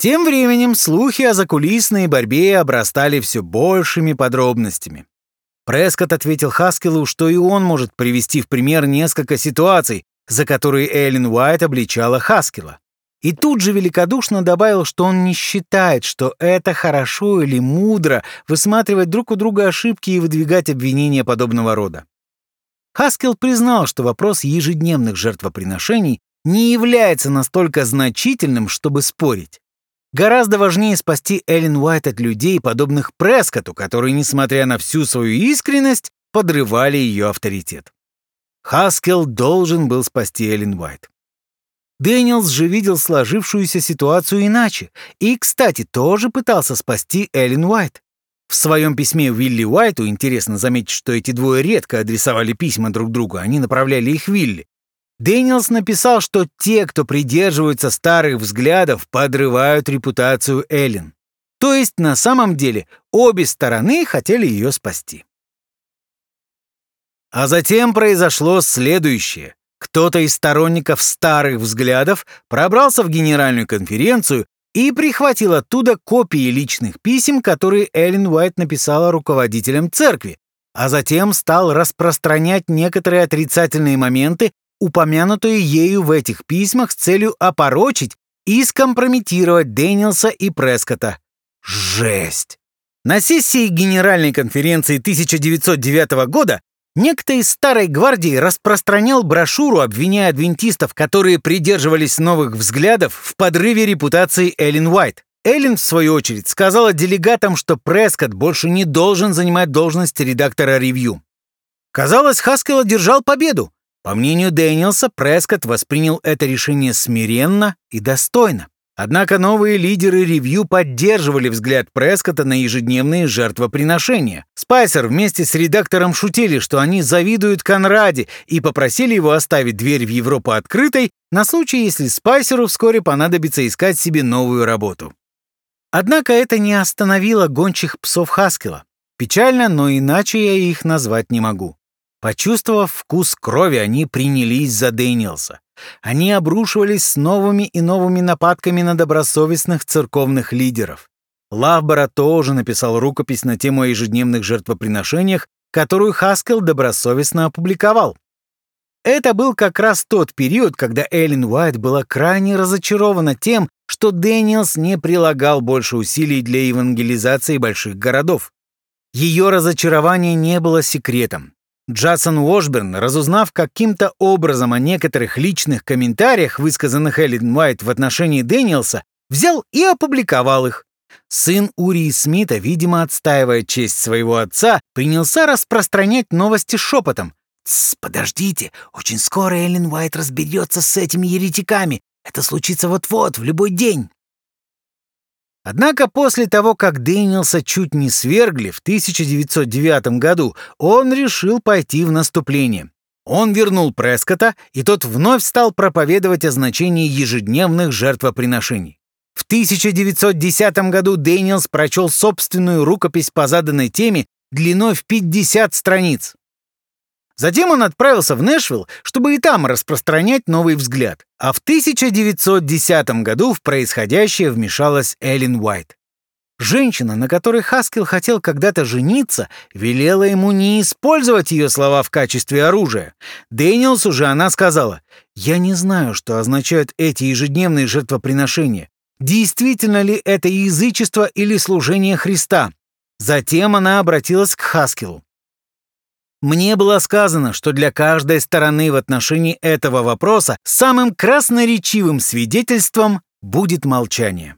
S1: Тем временем слухи о закулисной борьбе обрастали все большими подробностями. Прескотт ответил Хаскеллу, что и он может привести в пример несколько ситуаций, за которые Эллен Уайт обличала Хаскелла. И тут же великодушно добавил, что он не считает, что это хорошо или мудро высматривать друг у друга ошибки и выдвигать обвинения подобного рода. Хаскелл признал, что вопрос ежедневных жертвоприношений не является настолько значительным, чтобы спорить. Гораздо важнее спасти Эллен Уайт от людей, подобных Прескотту, которые, несмотря на всю свою искренность, подрывали ее авторитет. Хаскелл должен был спасти Эллен Уайт. Дэниелс же видел сложившуюся ситуацию иначе и, кстати, тоже пытался спасти Эллен Уайт. В своем письме Уилли Уайту, интересно заметить, что эти двое редко адресовали письма друг другу, они направляли их Уилли, Дэниелс написал, что те, кто придерживаются старых взглядов, подрывают репутацию Эллен. То есть, на самом деле, обе стороны хотели ее спасти. А затем произошло следующее. Кто-то из сторонников старых взглядов пробрался в Генеральную конференцию и прихватил оттуда копии личных писем, которые Эллен Уайт написала руководителям церкви, а затем стал распространять некоторые отрицательные моменты, упомянутые ею в этих письмах, с целью опорочить и скомпрометировать Дэниелса и Прескотта. Жесть! На сессии Генеральной конференции 1909 года некто из Старой гвардии распространял брошюру, обвиняя адвентистов, которые придерживались новых взглядов, в подрыве репутации Эллен Уайт. Эллен, в свою очередь, сказала делегатам, что Прескотт больше не должен занимать должность редактора «Ревью». Казалось, Хаскелл одержал победу. По мнению Дэниелса, Прескотт воспринял это решение смиренно и достойно. Однако новые лидеры «Ревью» поддерживали взгляд Прескотта на ежедневные жертвоприношения. Спайсер вместе с редактором шутили, что они завидуют Конраде, и попросили его оставить дверь в Европу открытой на случай, если Спайсеру вскоре понадобится искать себе новую работу. Однако это не остановило гончих псов Хаскелла. Печально, но иначе я их назвать не могу. Почувствовав вкус крови, они принялись за Дэниелса. Они обрушивались с новыми и новыми нападками на добросовестных церковных лидеров. Лавбора тоже написал рукопись на тему о ежедневных жертвоприношениях, которую Хаскелл добросовестно опубликовал. Это был как раз тот период, когда Эллен Уайт была крайне разочарована тем, что Дэниелс не прилагал больше усилий для евангелизации больших городов. Ее разочарование не было секретом. Джадсон Уошберн, разузнав каким-то образом о некоторых личных комментариях, высказанных Эллен Уайт в отношении Дэниелса, взял и опубликовал их. Сын Урии Смита, видимо, отстаивая честь своего отца, принялся распространять новости шепотом. «Тсс, подождите, очень скоро Эллен Уайт разберется с этими еретиками. Это случится вот-вот, в любой день». Однако после того, как Дэниелса чуть не свергли в 1909 году, он решил пойти в наступление. Он вернул Прескотта, и тот вновь стал проповедовать о значении ежедневных жертвоприношений. В 1910 году Дэниелс прочел собственную рукопись по заданной теме длиной в 50 страниц. Затем он отправился в Нэшвилл, чтобы и там распространять новый взгляд. А в 1910 году в происходящее вмешалась Эллен Уайт. Женщина, на которой Хаскелл хотел когда-то жениться, велела ему не использовать ее слова в качестве оружия. Дэниелсу же она сказала: «Я не знаю, что означают эти ежедневные жертвоприношения. Действительно ли это язычество или служение Христа?» Затем она обратилась к Хаскеллу. «Мне было сказано, что для каждой стороны в отношении этого вопроса самым красноречивым свидетельством будет молчание».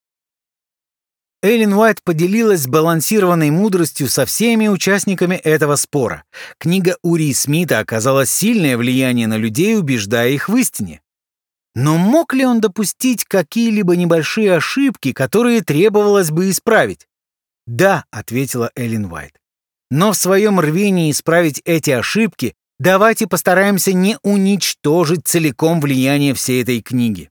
S1: Эллен Уайт поделилась сбалансированной мудростью со всеми участниками этого спора. Книга Урии Смита оказала сильное влияние на людей, убеждая их в истине. Но мог ли он допустить какие-либо небольшие ошибки, которые требовалось бы исправить? «Да», — ответила Эллен Уайт. «Но в своем рвении исправить эти ошибки давайте постараемся не уничтожить целиком влияние всей этой книги».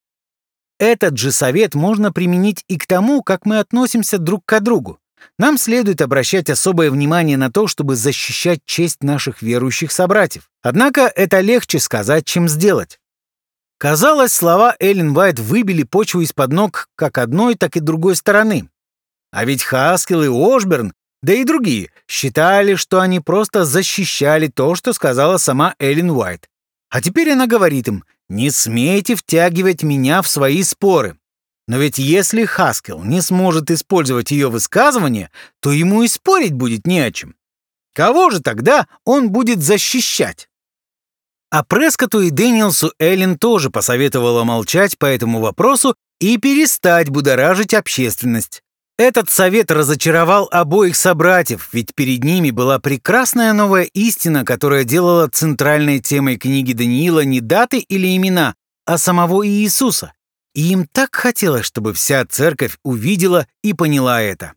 S1: Этот же совет можно применить и к тому, как мы относимся друг к другу. Нам следует обращать особое внимание на то, чтобы защищать честь наших верующих собратьев. Однако это легче сказать, чем сделать. Казалось, слова Эллен Уайт выбили почву из-под ног как одной, так и другой стороны. А ведь Хаскел и Ошберн, да и другие, считали, что они просто защищали то, что сказала сама Эллен Уайт. А теперь она говорит им: «Не смейте втягивать меня в свои споры». Но ведь если Хаскел не сможет использовать ее высказывание, то ему и спорить будет не о чем. Кого же тогда он будет защищать? А Прескотту и Дэниелсу Эллен тоже посоветовала молчать по этому вопросу и перестать будоражить общественность. Этот совет разочаровал обоих собратьев, ведь перед ними была прекрасная новая истина, которая делала центральной темой книги Даниила не даты или имена, а самого Иисуса. И им так хотелось, чтобы вся церковь увидела и поняла это.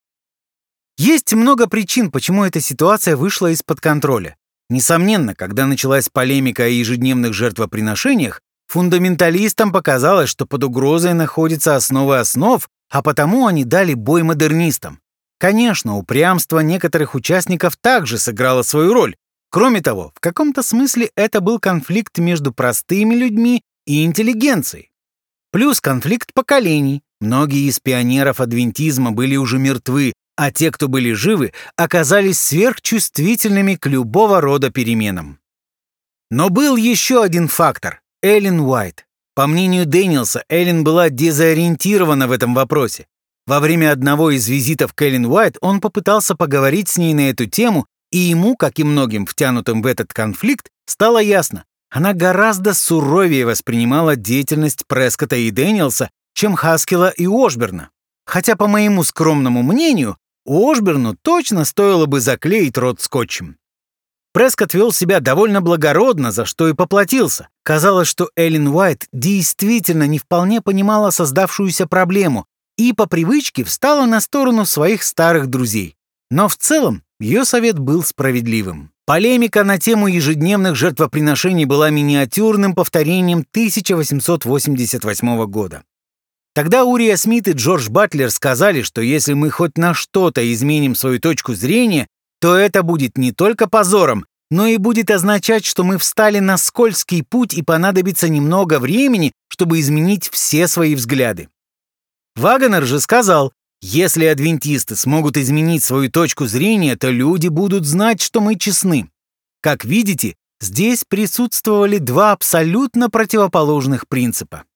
S1: Есть много причин, почему эта ситуация вышла из-под контроля. Несомненно, когда началась полемика о ежедневных жертвоприношениях, фундаменталистам показалось, что под угрозой находится основа основ, а потому они дали бой модернистам. Конечно, упрямство некоторых участников также сыграло свою роль. Кроме того, в каком-то смысле это был конфликт между простыми людьми и интеллигенцией. Плюс конфликт поколений. Многие из пионеров адвентизма были уже мертвы, а те, кто были живы, оказались сверхчувствительными к любого рода переменам. Но был еще один фактор — Эллен Уайт. По мнению Дэниелса, Эллен была дезориентирована в этом вопросе. Во время одного из визитов к Эллен Уайт он попытался поговорить с ней на эту тему, и ему, как и многим втянутым в этот конфликт, стало ясно: она гораздо суровее воспринимала деятельность Прескотта и Дэниелса, чем Хаскела и Ошберна. Хотя, по моему скромному мнению, Ошберну точно стоило бы заклеить рот скотчем. Прескотт вел себя довольно благородно, за что и поплатился. Казалось, что Эллен Уайт действительно не вполне понимала создавшуюся проблему и по привычке встала на сторону своих старых друзей. Но в целом ее совет был справедливым. Полемика на тему ежедневных жертвоприношений была миниатюрным повторением 1888 года. Тогда Урия Смит и Джордж Батлер сказали, что если мы хоть на что-то изменим свою точку зрения, то это будет не только позором, но и будет означать, что мы встали на скользкий путь и понадобится немного времени, чтобы изменить все свои взгляды. Вагонер же сказал: если адвентисты смогут изменить свою точку зрения, то люди будут знать, что мы честны. Как видите, здесь присутствовали два абсолютно противоположных принципа.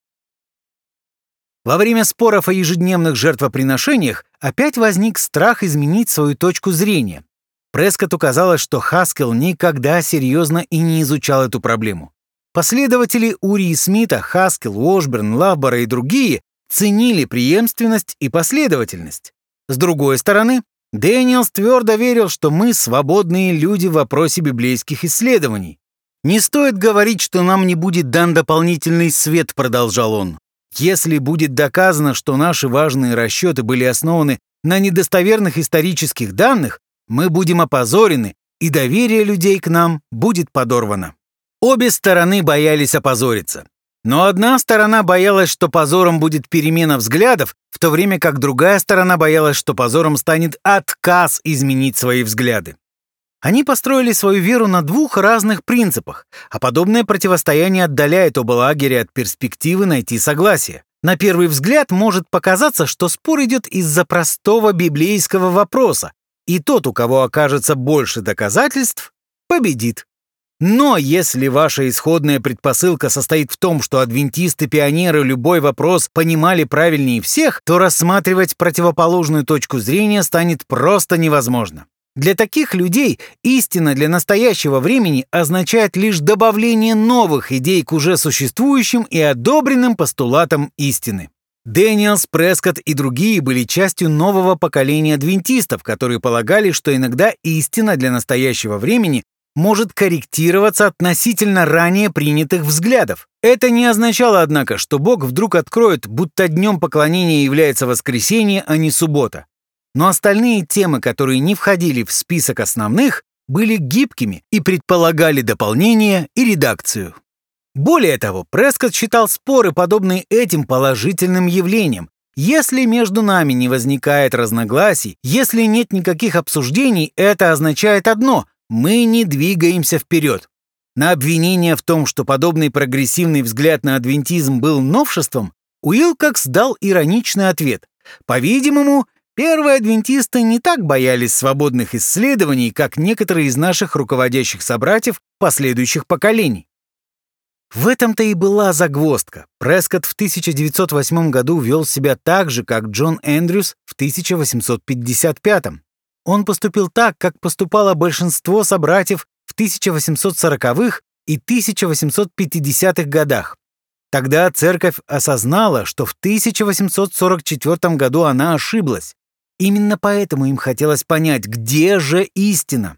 S1: Во время споров о ежедневных жертвоприношениях опять возник страх изменить свою точку зрения. Прескотту казалось, что Хаскел никогда серьезно и не изучал эту проблему. Последователи Урии Смита, Хаскел, Ошберн, Лавбора и другие ценили преемственность и последовательность. С другой стороны, Дэниелс твердо верил, что мы свободные люди в вопросе библейских исследований. «Не стоит говорить, что нам не будет дан дополнительный свет», — продолжал он. «Если будет доказано, что наши важные расчеты были основаны на недостоверных исторических данных, мы будем опозорены, и доверие людей к нам будет подорвано». Обе стороны боялись опозориться. Но одна сторона боялась, что позором будет перемена взглядов, в то время как другая сторона боялась, что позором станет отказ изменить свои взгляды. Они построили свою веру на двух разных принципах, а подобное противостояние отдаляет оба лагеря от перспективы найти согласие. На первый взгляд может показаться, что спор идет из-за простого библейского вопроса, и тот, у кого окажется больше доказательств, победит. Но если ваша исходная предпосылка состоит в том, что адвентисты-пионеры любой вопрос понимали правильнее всех, то рассматривать противоположную точку зрения станет просто невозможно. Для таких людей истина для настоящего времени означает лишь добавление новых идей к уже существующим и одобренным постулатам истины. Дэниелс, Прескотт и другие были частью нового поколения адвентистов, которые полагали, что иногда истина для настоящего времени может корректироваться относительно ранее принятых взглядов. Это не означало, однако, что Бог вдруг откроет, будто днем поклонения является воскресенье, а не суббота. Но остальные темы, которые не входили в список основных, были гибкими и предполагали дополнение и редакцию. Более того, Прескотт считал споры, подобные этим, положительным явлением. Если между нами не возникает разногласий, если нет никаких обсуждений, это означает одно — мы не двигаемся вперед. На обвинение в том, что подобный прогрессивный взгляд на адвентизм был новшеством, Уилкокс дал ироничный ответ. По-видимому, первые адвентисты не так боялись свободных исследований, как некоторые из наших руководящих собратьев последующих поколений. В этом-то и была загвоздка. Прескотт в 1908 году вел себя так же, как Джон Эндрюс в 1855. Он поступил так, как поступало большинство собратьев в 1840-х и 1850-х годах. Тогда церковь осознала, что в 1844 году она ошиблась. Именно поэтому им хотелось понять, где же истина.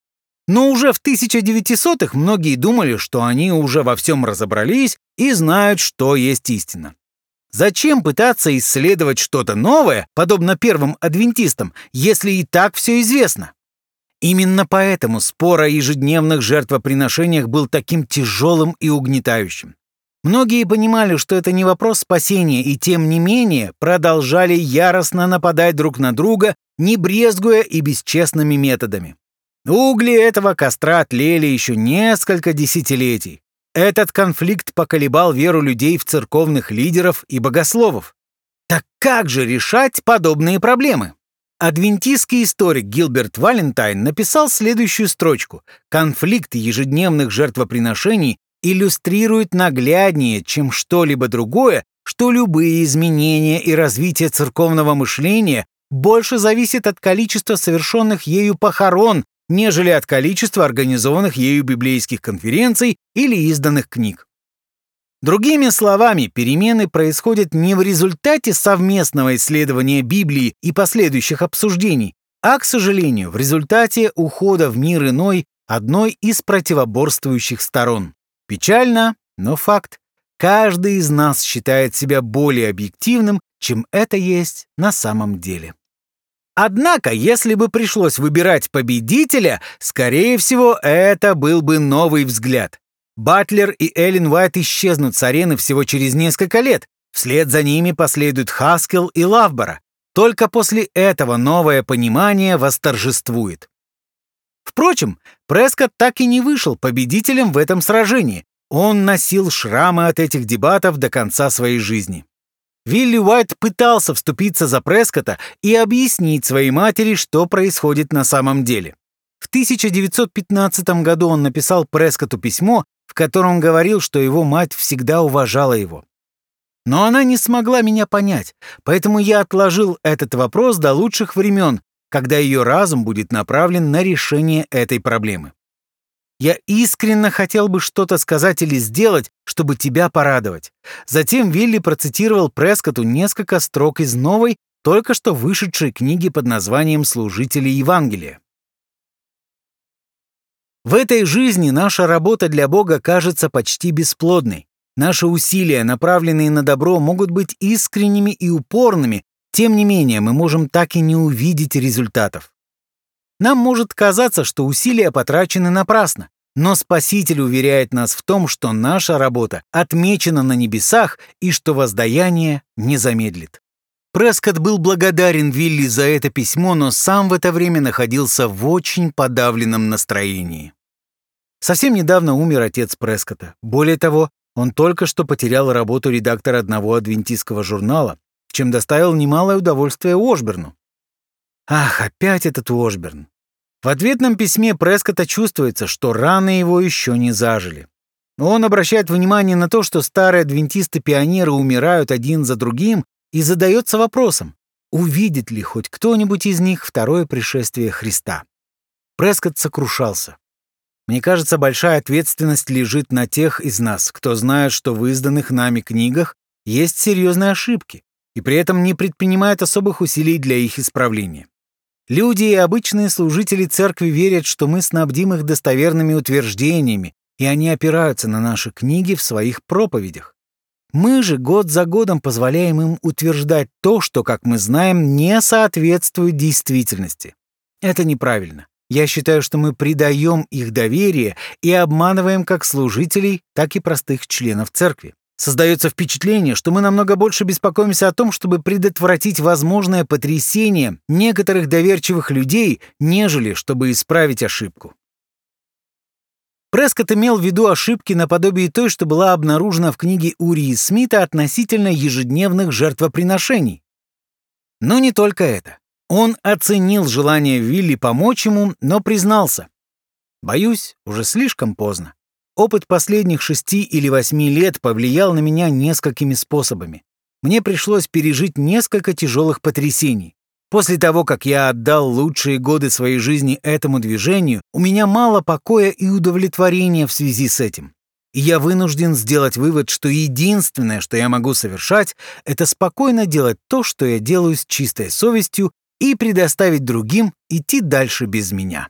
S1: Но уже в 1900-х многие думали, что они уже во всем разобрались и знают, что есть истина. Зачем пытаться исследовать что-то новое, подобно первым адвентистам, если и так все известно? Именно поэтому спор о ежедневных жертвоприношениях был таким тяжелым и угнетающим. Многие понимали, что это не вопрос спасения, и тем не менее продолжали яростно нападать друг на друга, не брезгуя и бесчестными методами. Угли этого костра тлели еще несколько десятилетий. Этот конфликт поколебал веру людей в церковных лидеров и богословов. Так как же решать подобные проблемы? Адвентистский историк Гилберт Валентайн написал следующую строчку: «Конфликт ежедневных жертвоприношений иллюстрирует нагляднее, чем что-либо другое, что любые изменения и развитие церковного мышления больше зависят от количества совершенных ею похорон, нежели от количества организованных ею библейских конференций или изданных книг». Другими словами, перемены происходят не в результате совместного исследования Библии и последующих обсуждений, а, к сожалению, в результате ухода в мир иной одной из противоборствующих сторон. Печально, но факт. Каждый из нас считает себя более объективным, чем это есть на самом деле. Однако, если бы пришлось выбирать победителя, скорее всего, это был бы новый взгляд. Батлер и Эллен Уайт исчезнут с арены всего через несколько лет. Вслед за ними последуют Хаскелл и Лавборо. Только после этого новое понимание восторжествует. Впрочем, Прескотт так и не вышел победителем в этом сражении. Он носил шрамы от этих дебатов до конца своей жизни. Вилли Уайт пытался вступиться за Прескотта и объяснить своей матери, что происходит на самом деле. В 1915 году он написал Прескотту письмо, в котором говорил, что его мать всегда уважала его. Но она не смогла меня понять, поэтому я отложил этот вопрос до лучших времен, когда ее разум будет направлен на решение этой проблемы. Я искренне хотел бы что-то сказать или сделать, чтобы тебя порадовать. Затем Вилли процитировал Прескотту несколько строк из новой, только что вышедшей книги под названием «Служители Евангелия». В этой жизни наша работа для Бога кажется почти бесплодной. Наши усилия, направленные на добро, могут быть искренними и упорными, тем не менее мы можем так и не увидеть результатов. Нам может казаться, что усилия потрачены напрасно, но Спаситель уверяет нас в том, что наша работа отмечена на небесах и что воздаяние не замедлит. Прескотт был благодарен Вилли за это письмо, но сам в это время находился в очень подавленном настроении. Совсем недавно умер отец Прескотта. Более того, он только что потерял работу редактора одного адвентистского журнала, чем доставил немалое удовольствие Уошберну. Ах, опять этот Уошберн. В ответном письме Прескотта чувствуется, что раны его еще не зажили. Он обращает внимание на то, что старые адвентисты-пионеры умирают один за другим, и задается вопросом, увидит ли хоть кто-нибудь из них второе пришествие Христа. Прескотт сокрушался. Мне кажется, большая ответственность лежит на тех из нас, кто знает, что в изданных нами книгах есть серьезные ошибки, и при этом не предпринимает особых усилий для их исправления. Люди и обычные служители церкви верят, что мы снабдим их достоверными утверждениями, и они опираются на наши книги в своих проповедях. Мы же год за годом позволяем им утверждать то, что, как мы знаем, не соответствует действительности. Это неправильно. Я считаю, что мы предаем их доверие и обманываем как служителей, так и простых членов церкви. Создается впечатление, что мы намного больше беспокоимся о том, чтобы предотвратить возможное потрясение некоторых доверчивых людей, нежели чтобы исправить ошибку. Прескотт имел в виду ошибки наподобие той, что была обнаружена в книге Урии Смита относительно ежедневных жертвоприношений. Но не только это. Он оценил желание Вилли помочь ему, но признался: «Боюсь, уже слишком поздно. Опыт последних 6 или 8 лет повлиял на меня несколькими способами. Мне пришлось пережить несколько тяжелых потрясений. После того, как я отдал лучшие годы своей жизни этому движению, у меня мало покоя и удовлетворения в связи с этим. И я вынужден сделать вывод, что единственное, что я могу совершать, это спокойно делать то, что я делаю с чистой совестью, и предоставить другим идти дальше без меня».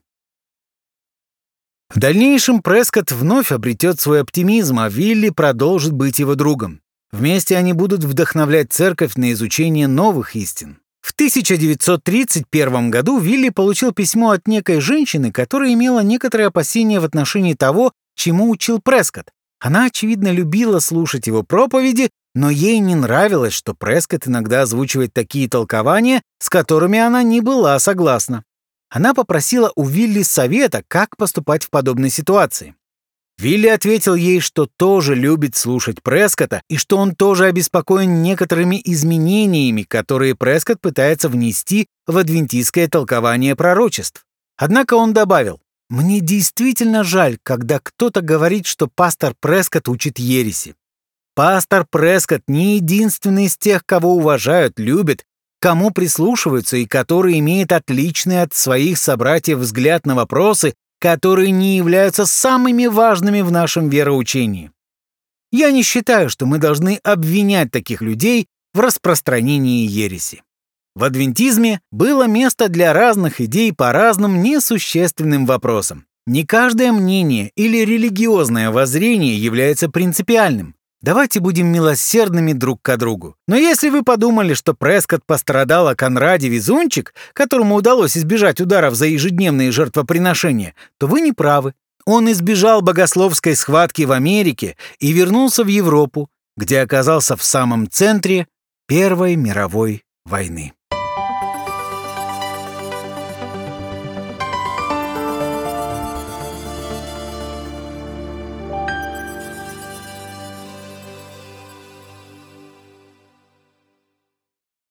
S1: В дальнейшем Прескотт вновь обретет свой оптимизм, а Вилли продолжит быть его другом. Вместе они будут вдохновлять церковь на изучение новых истин. В 1931 году Вилли получил письмо от некой женщины, которая имела некоторые опасения в отношении того, чему учил Прескотт. Она, очевидно, любила слушать его проповеди, но ей не нравилось, что Прескотт иногда озвучивает такие толкования, с которыми она не была согласна. Она попросила у Вилли совета, как поступать в подобной ситуации. Вилли ответил ей, что тоже любит слушать Прескотта и что он тоже обеспокоен некоторыми изменениями, которые Прескотт пытается внести в адвентистское толкование пророчеств. Однако он добавил: «Мне действительно жаль, когда кто-то говорит, что пастор Прескотт учит ереси. Пастор Прескотт не единственный из тех, кого уважают, любят, кому прислушиваются и который имеет отличный от своих собратьев взгляд на вопросы, которые не являются самыми важными в нашем вероучении. Я не считаю, что мы должны обвинять таких людей в распространении ереси. В адвентизме было место для разных идей по разным несущественным вопросам. Не каждое мнение или религиозное воззрение является принципиальным. Давайте будем милосердными друг к другу. Но если вы подумали, что Прескотт пострадал о Конраде Везунчик, которому удалось избежать ударов за ежедневные жертвоприношения, то вы не правы. Он избежал богословской схватки в Америке и вернулся в Европу, где оказался в самом центре Первой мировой войны.